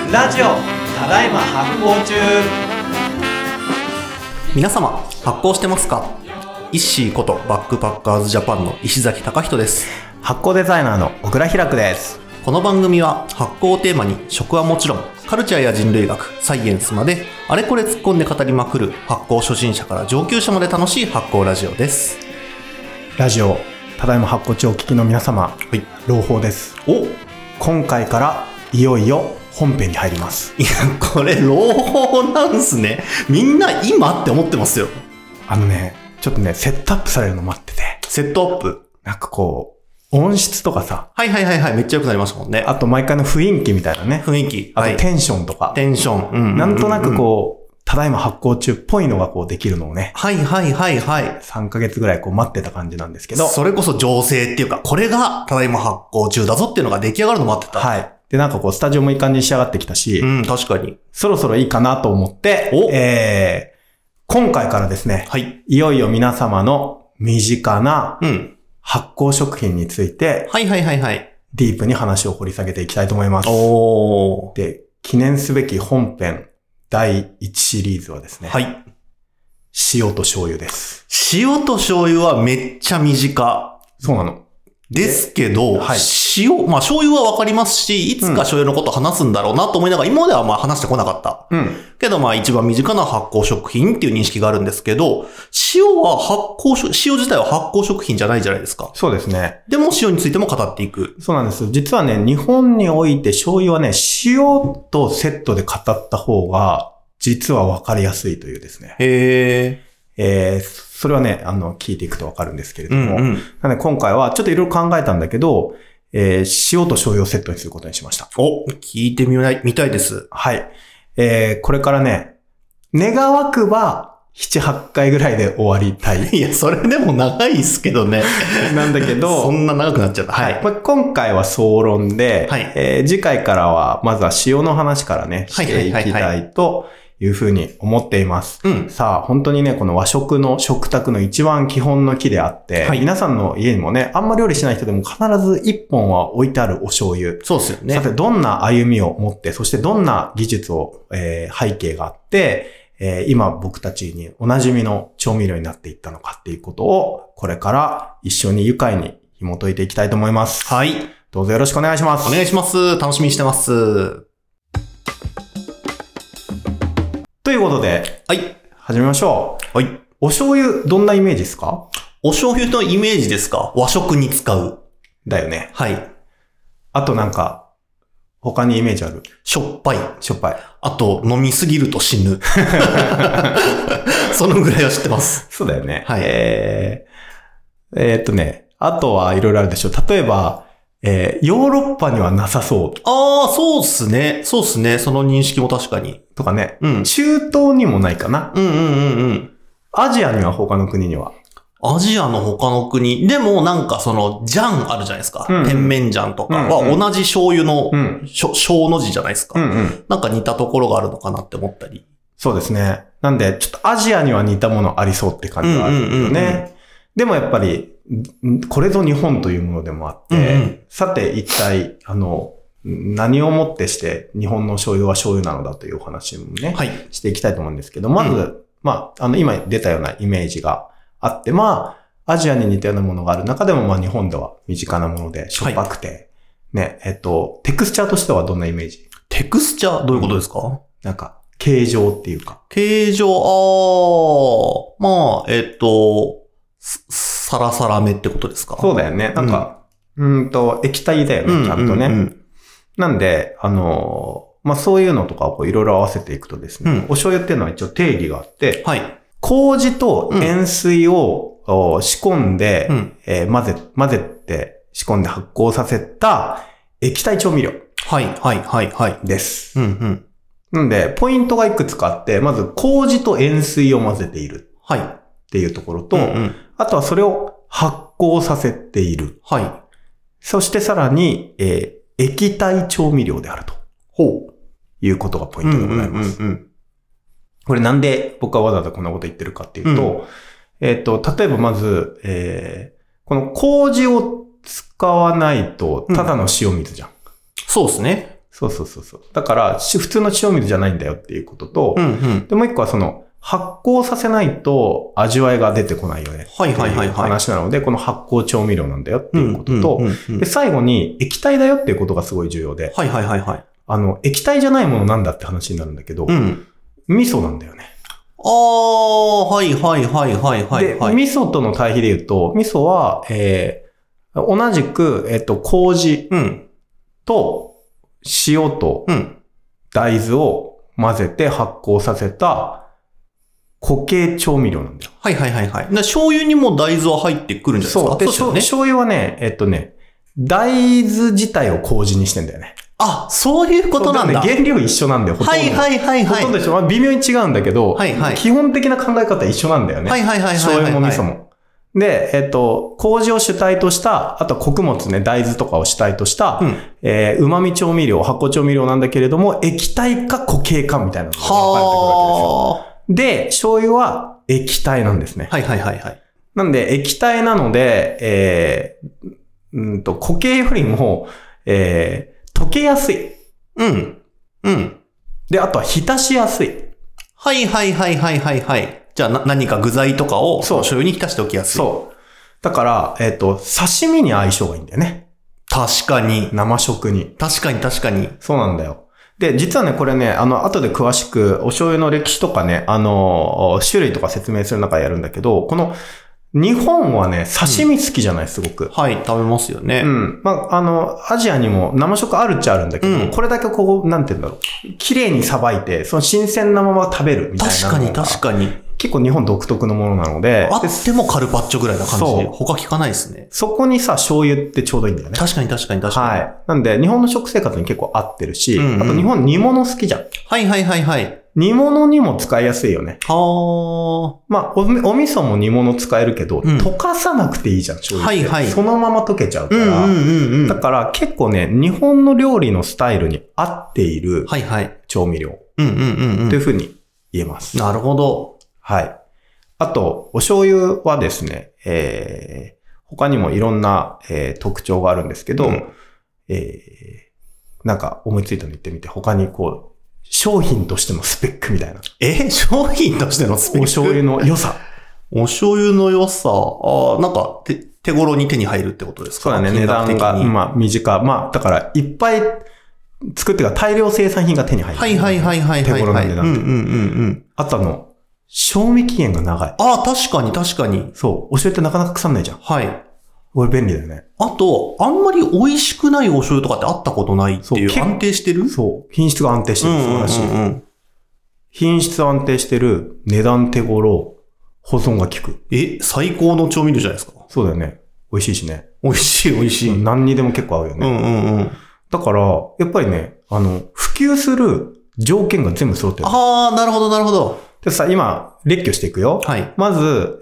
ラジオただいま発行中。 皆様発行してますか？イッシーことバックパッカーズジャパンの石崎貴人です。 発行デザイナーの小倉ひらくです。 この番組は発行をテーマに食はもちろんカルチャーや人類学、サイエンスまであれこれ突っ込んで語りまくる発行初心者から上級者まで楽しい発行ラジオです。 ラジオただいま発行中お聞きの皆様、朗報です。今回からいよいよ本編に入ります。 いやこれ朗報なんすね。みんな今って思ってますよ。 ちょっとねセットアップされるの待ってて。 セットアップなんかこう音質とかさ、 はいめっちゃ良くなりましたもんね。 あと毎回の雰囲気みたいなね、 雰囲気、 あとテンションとか、 テンション、 なんとなくこうただいま発行中っぽいのがこうできるのをね、3ヶ月ぐらいこう待ってた感じなんですけど、 それこそ情勢っていうか、これがただいま発行中だぞっていうのが出来上がるの待ってた。 でなんかこうスタジオもいい感じに仕上がってきたし、 確かにそろそろいいかなと思って、今回からですね、いよいよ皆様の身近な発酵食品について、ディープに話を掘り下げていきたいと思います。で、記念すべき本編第1シリーズはですね、塩と醤油です。 塩と醤油はめっちゃ身近。 そうなの。 ですけど、醤油はわかりますし、いつか醤油のこと話すんだろうなと思いながら、今までは話してこなかった。けど一番身近な発酵食品っていう認識があるんですけど、塩自体は発酵食品じゃないじゃないですか。 そうですね。 でも塩についても語っていく。 そうなんです。実はね、日本において醤油はね、塩とセットで語った方が、実はわかりやすいというですね。それはね、聞いていくとわかるんですけれども、なので今回はちょっといろいろ考えたんだけど、塩と醤油をセットにすることにしました。 聞いてみたいです。 これからね、願わくば7、8回ぐらいで終わりたい。 いや、それでも長いですけどね。 なんだけど、 そんな長くなっちゃった。 今回は総論で、次回からはまずは塩の話からね、していきたいというふうに思っています。さあ、本当にね、この和食の食卓の一番基本の木であって、皆さんの家にもね、あんま料理しない人でも必ず一本は置いてあるお醤油。 そうですよね。 さて、どんな歩みを持って、そしてどんな技術を、背景があって、今僕たちにお馴染みの調味料になっていったのかっていうことを、これから一緒に愉快に紐解いていきたいと思います。どうぞよろしくお願いします。 お願いします。楽しみにしてます。 ということで、始めましょう。お醤油、どんなイメージですか？ お醤油のイメージですか？和食に使う。 だよね。あとなんか、他にイメージある？ しょっぱい。あと、飲みすぎると死ぬ。そのぐらいは知ってます。 そうだよね。あとはいろいろあるでしょう。例えば、ヨーロッパにはなさそう。 そうっすね。その認識も確かに。 とかね。中東にもないかな。アジアには他の国には。 アジアの他の国。でもなんかジャンあるじゃないですか。甜麺醤とかは同じ醤油の、小の字じゃないですか。なんか似たところがあるのかなって思ったり。 そうですね。なんで、ちょっとアジアには似たものありそうって感じがあるよね。でもやっぱり、これぞ日本というものでもあって、さて一体、何をもってして日本の醤油は醤油なのだというお話もね、していきたいと思うんですけど、まず、今出たようなイメージがあって、アジアに似たようなものがある中でも、日本では身近なもので、しょっぱくて、テクスチャーとしてはどんなイメージ？ テクスチャーどういうことですか？ なんか、形状っていうか。 形状、サラサラめってことですか？ そうだよね。なんか、液体だよね、ちゃんとね。なんで、そういうのとかをいろいろ合わせていくとですね、お醤油っていうのは一応定義があって、麹と塩水を仕込んで、混ぜて仕込んで発酵させた液体調味料。です。なんで、ポイントがいくつかあって、まず麹と塩水を混ぜている。っていうところと、あとはそれを発酵させている。そしてさらに、液体調味料であると。いうことがポイントでございます。これなんで僕はわざわざこんなこと言ってるかっていうと、例えばまず、この麹を使わないと、ただの塩水じゃん。 そうですね。 そうそうそうそう。だから、普通の塩水じゃないんだよっていうことと、で、もう一個は発酵させないと味わいが出てこないよね。 はいはいはいはい。 話なので、この発酵調味料なんだよっていうことと、で、最後に液体だよっていうことがすごい重要で。 はいはいはいはい。 液体じゃないものなんだって話になるんだけど、味噌なんだよね。 はいはいはいはいはい。 で、味噌との対比で言うと、味噌は、同じく、麹と塩と大豆を混ぜて発酵させた固形調味料なんだよ。 はいはいはいはい。醤油にも大豆は入ってくるんじゃないですか。 そう。で、醤油はね、大豆自体を麹にしてんだよね。 あ、そういうことなんだ。 原料一緒なんだよ、ほとんど。 はいはいはいはい。 ほとんど一緒。微妙に違うんだけど、基本的な考え方は一緒なんだよね。 はいはいはいはい。 醤油も味噌も。で、麹を主体とした、あとは穀物ね、大豆とかを主体とした、旨味調味料、発酵調味料なんだけれども、液体か固形かみたいなのが分かれてくるわけですよ。で、醤油は液体なんですね。 はいはいはいはい。 なんで、液体なので、固形よりも、溶けやすい。で、あとは浸しやすい。 はいはいはいはいはいはい。じゃあ何か具材とかを醤油に浸しておきやすい。 そう。だから、刺身に相性がいいんだよね。 確かに。 生食に。 確かに確かに。 そうなんだよ。で、実はね、これね、後で詳しく、お醤油の歴史とかね、種類とか説明する中でやるんだけど、この、日本はね、刺身好きじゃない、すごく。 はい、食べますよね。 まあ、アジアにも生食あるっちゃあるんだけど、これだけなんて言うんだろう。綺麗にさばいて、その新鮮なまま食べるみたいな。 確かに確かに。 結構日本独特のものなので。 あってもカルパッチョぐらいな感じで。他聞かないですね。 そこにさ、醤油ってちょうどいいんだよね。 確かに確かに確かに。 はい。なんで、日本の食生活に結構合ってるし、あと日本煮物好きじゃん。 はいはいはいはい。 煮物にも使いやすいよね。 はあ。 まあ、お味噌も煮物使えるけど、溶かさなくていいじゃん、醤油って。はいはい。そのまま溶けちゃうから。だから結構ね、日本の料理のスタイルに合っている調味料。というふうに言えます。 なるほど。 はい。あと、お醤油はですね、他にもいろんな、特徴があるんですけど、なんか思いついたの言ってみて、他に商品としてのスペックみたいな。 商品としてのスペック？ お醤油の良さ。 お醤油の良さ。なんか手頃に手に入るってことですか？ そうだね、値段が、短。まあ、だから、いっぱい作って大量生産品が手に入る。 はいはいはいはい。 手頃な値段で。あと賞味期限が長い。 確かに確かに。 そう。お醤油ってなかなか腐んないじゃん。 はい。 これ便利だよね。 あと、あんまり美味しくないお醤油とかってあったことないっていう。安定してる？ そう。品質が安定してる。素晴らしい。品質安定してる。値段手頃。保存が効く。 最高の調味料じゃないですか。 そうだよね。美味しいしね。 美味しい美味しい。 何にでも結構合うよね。だから、やっぱりね、普及する条件が全部揃ってる。 なるほどなるほど。 でさ、今、列挙していくよ。 はい。 まず、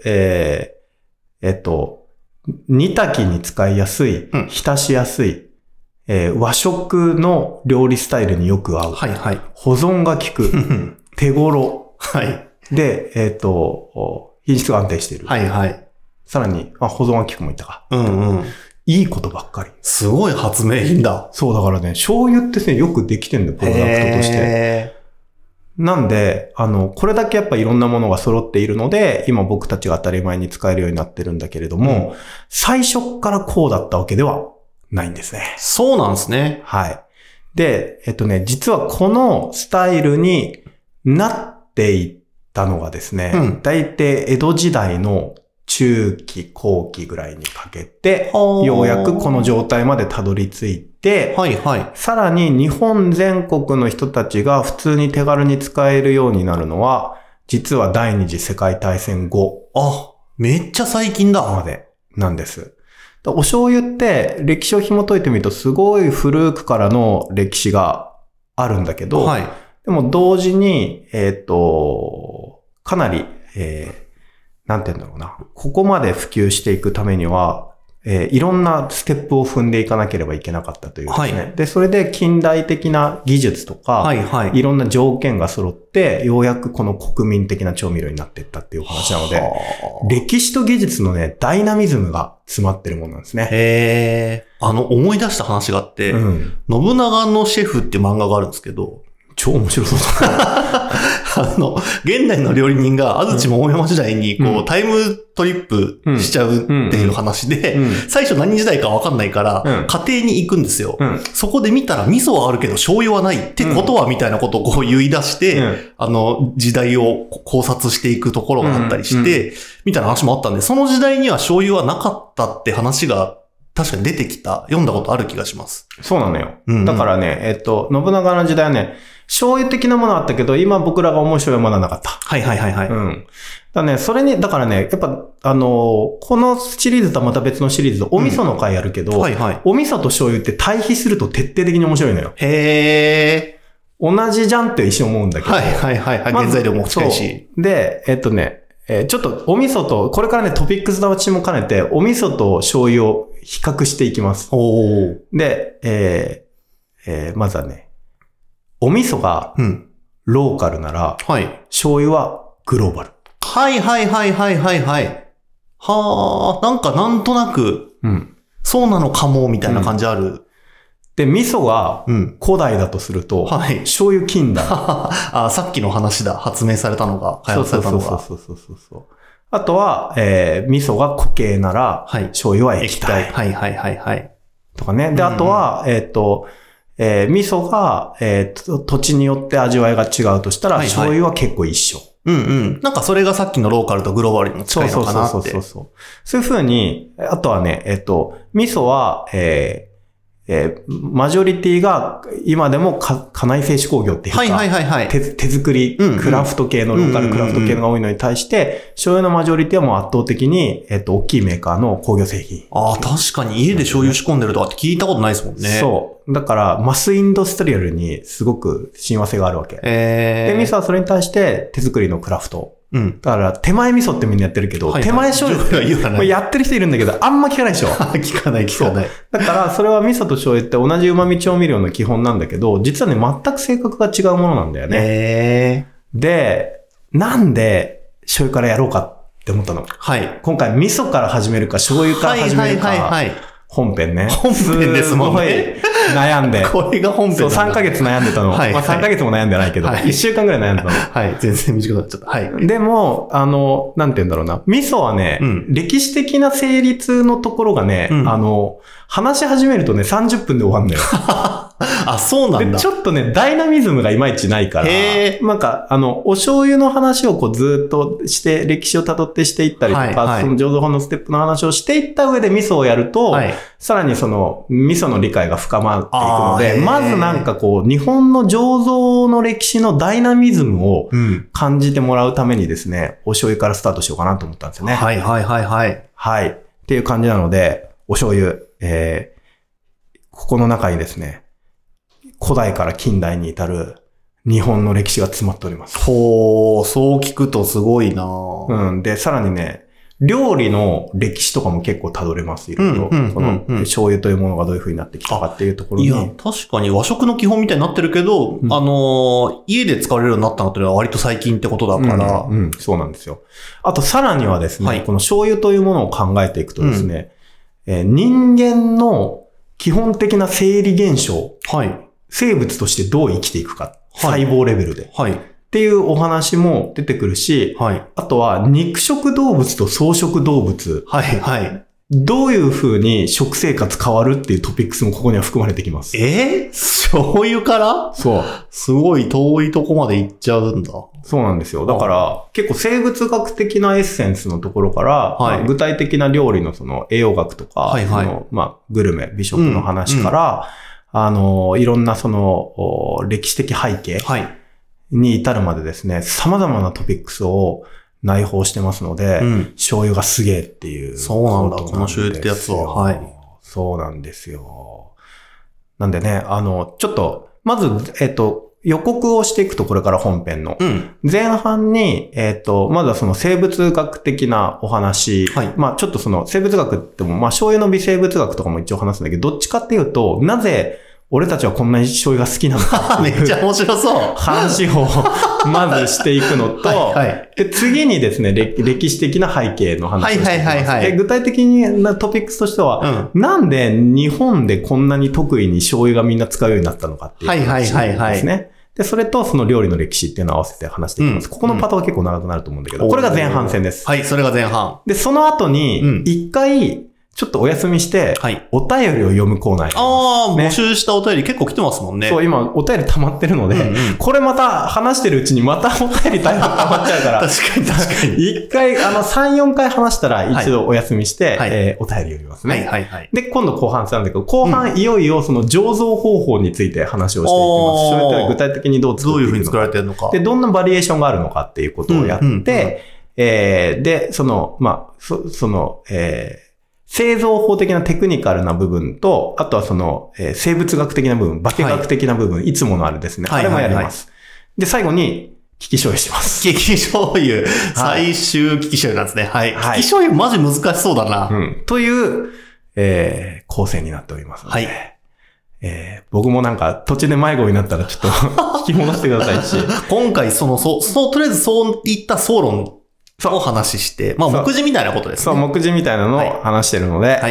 煮炊きに使いやすい、浸しやすい、和食の料理スタイルによく合う。 はいはい。 保存が効く。手頃。 はい。 で、品質が安定している。 はいはい。 さらに、保存が効くも言ったか。いいことばっかり。 すごい発明品だ。 そう、だからね、醤油ってね、よくできてんだよ、プロダクトとして。なんで、これだけやっぱいろんなものが揃っているので、今僕たちが当たり前に使えるようになってるんだけれども、最初からこうだったわけではないんですね。 そうなんですね。 はい。で、実はこのスタイルになっていったのがですね、大体江戸時代の中期後期ぐらいにかけて、ようやくこの状態までたどり着いて、さらに日本全国の人たちが普通に手軽に使えるようになるのは、実は第二次世界大戦後。 めっちゃ最近だ。 までなんです。お醤油って歴史を紐解いてみるとすごい古くからの歴史があるんだけど、でも同時に、かなり、なんて言うんだろうな。ここまで普及していくためには、 いろんなステップを踏んでいかなければいけなかったというですね。 はい、 で、それで近代的な技術とか、 はいはい、 いろんな条件が揃って、ようやくこの国民的な調味料になっていったっていうお話なので、歴史と技術のね、ダイナミズムが詰まってるものなんですね。 へー。思い出した話があって、信長のシェフっていう漫画があるんですけど、 超面白そうだ。 現代の料理人が安土桃山時代にタイムトリップしちゃうっていう話で、最初何時代かわかんないから、家庭に行くんですよ。そこで見たら味噌はあるけど醤油はないってことはみたいなことを言い出して、時代を考察していくところがあったりして、みたいな話もあったんで、その時代には醤油はなかったって話が確かに出てきた、読んだことある気がします。 そうなのよ。だからね、信長の時代はね、醤油的なものあったけど、今僕らが思う醤油はまだなかった。 はいはいはいはい。 だね、それに、だからね、やっぱ、このシリーズとはまた別のシリーズでお味噌の回やるけど、お味噌と醤油って対比すると徹底的に面白いのよ。 へー。同じじゃんって一瞬思うんだけど。 はいはいはい。原材料も近いし。 で、ちょっとお味噌と、これからね、トピックスのうちも兼ねて、お味噌と醤油を比較していきます。で、まずはね、お味噌がローカルなら、醤油はグローバル。 はいはいはいはいはいはい。はあ、なんとなく、そうなのかもみたいな感じある。 で、味噌が古代だとすると、醤油近代。 さっきの話だ。発明されたのが、開発されたのが。 そう。あとは、味噌が固形なら、醤油は液体。 はいはいはいはい。 とかね。で、あとは、味噌が、土地によって味わいが違うとしたら、醤油は結構一緒。 なんかそれがさっきのローカルとグローバルにも近いのかなって。 そういう風に、あとはね、味噌は、マジョリティが今でも家内製手工業っていうか、手作りクラフト系のローカルクラフト系のが多いのに対して、醤油のマジョリティはもう圧倒的に、大きいメーカーの工業製品。 確かに家で醤油仕込んでるとかって聞いたことないですもんね。 そう。だから、マスインダストリアルにすごく親和性があるわけ。で、味噌はそれに対して手作りのクラフト。だから、手前味噌ってみんなやってるけど、手前醤油ってやってる人いるんだけど、あんま聞かないでしょ。 聞かない。 だから、それは味噌と醤油って同じ旨味調味料の基本なんだけど、実はね、全く性格が違うものなんだよね。で、なんで醤油からやろうかって思ったの。今回味噌から始めるか、醤油から始めるか。本編ね。 本編ですもんね。 悩んで。 これが本編。 そう、3ヶ月悩んでたの。3ヶ月も悩んでないけど、1週間ぐらい悩んでたの。 全然短くなっちゃった。 でも、なんて言うんだろうな。味噌はね、歴史的な成立のところがね、話し始めるとね、30分で終わんのよ。 そうなんだ。 で、ちょっとね、ダイナミズムがいまいちないから、なんか、お醤油の話をこうずっとして、歴史を辿ってしていったりとか、その醸造法のステップの話をしていった上で味噌をやると、さらにその、味噌の理解が深まっていくので、まずなんかこう、日本の醸造の歴史のダイナミズムを感じてもらうためにですね、お醤油からスタートしようかなと思ったんですよね。はい。っていう感じなので、お醤油、ここの中にですね、古代から近代に至る日本の歴史が詰まっております。 そう聞くとすごいな。 で、さらにね、料理の歴史とかも結構辿れます。いろいろ。この醤油というものがどういう風になってきたかっていうところに。 いや、確かに和食の基本みたいになってるけど、家で使われるようになったのってのは割と最近ってことだから。 そうなんですよ。あとさらにはですね、この醤油というものを考えていくとですね、人間の基本的な生理現象。生物としてどう生きていくか。細胞レベルで。っていうお話も出てくるし、あとは肉食動物と草食動物。どういう風に食生活変わるっていうトピックスもここには含まれてきます。 醤油からそう。 すごい遠いとこまで行っちゃうんだ。 そうなんですよ。だから結構生物学的なエッセンスのところから、具体的な料理のその栄養学とか、グルメ、美食の話から、いろんなその歴史的背景に至るまでですね、様々なトピックスを内包してますので、醤油がすげえっていう。 そうなんだ、この醤油ってやつは。 そうなんですよ。なんでね、ちょっと、まず、 予告をしていくと、これから本編の。 うん、 前半に、まずはその生物学的なお話。はい、まあちょっとその生物学っても、まあ醤油の微生物学とかも一応話すんだけど、どっちかっていうと、なぜ俺たちはこんなに醤油が好きなのかめっちゃ面白そう。 話をまずしていくのと、はいはい、で次にですね、歴史的な背景の話をしていきます。で具体的なトピックスとしては、なんで日本でこんなに得意に醤油がみんな使うようになったのかっていう話ですね。で、それとその料理の歴史っていうのを合わせて話していきます。ここのパートは結構長くなると思うんだけど、これが前半戦です。 はい、それが前半。 で、その後に、一回、ちょっとお休みして、お便りを読むコーナー。 ああ、募集したお便り結構来てますもんね。 そう、今お便り溜まってるので、これまた話してるうちにまたお便り溜まっちゃうから。 確かに確かに。 一回、3、4回話したら一度お休みして、お便り読みますね。はいはい。で、今度後半戦なんだけど、後半いよいよその醸造方法について話をしていきます。それって具体的にどういうふうに作られてるのか。で、どんなバリエーションがあるのかっていうことをやって、で、製造法的なテクニカルな部分と、あとはその、生物学的な部分、化学的な部分、いつものあれですね。あれもやります。で、最後に、利き醤油します。 利き醤油。最終利き醤油なんですね。はい。利き醤油マジ難しそうだな。 という、構成になっておりますので。はい。僕もなんか途中で迷子になったらちょっと引き戻してくださいし。 今回とりあえずそういった総論、を話して、まあ、目次みたいなことですね。 そう、目次みたいなのを話してるので、はい、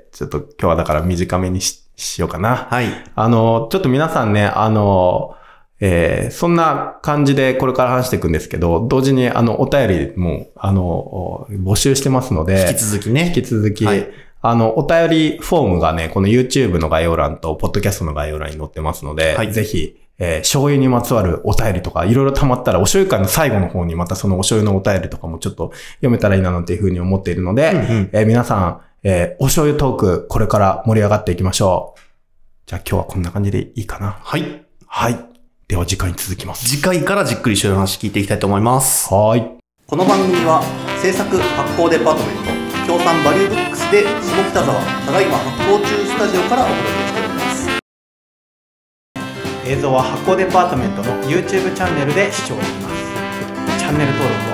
ちょっと今日はだから短めに しようかな。はい。ちょっと皆さんね、そんな感じでこれから話していくんですけど、同時にお便りも、募集してますので、 引き続きね。 引き続き、はい、お便りフォームがね、この YouTube の概要欄と、ポッドキャストの概要欄に載ってますので、はい、ぜひ、醤油にまつわるお便りとか、いろいろ溜まったら、お醤油会の最後の方にまたそのお醤油のお便りとかもちょっと読めたらいいななんていうふうに思っているので、皆さん、お醤油トーク、これから盛り上がっていきましょう。じゃあ今日はこんな感じでいいかな。 はい。 はい。では次回に続きます。 次回からじっくり醤油の話聞いていきたいと思います。 はい。 この番組は、制作発行デパートメント、協賛バリューブックスで、下北沢、ただいま発行中スタジオからお届けしております。 映像は発行デパートメントの YouTube チャンネルで視聴できます。チャンネル登録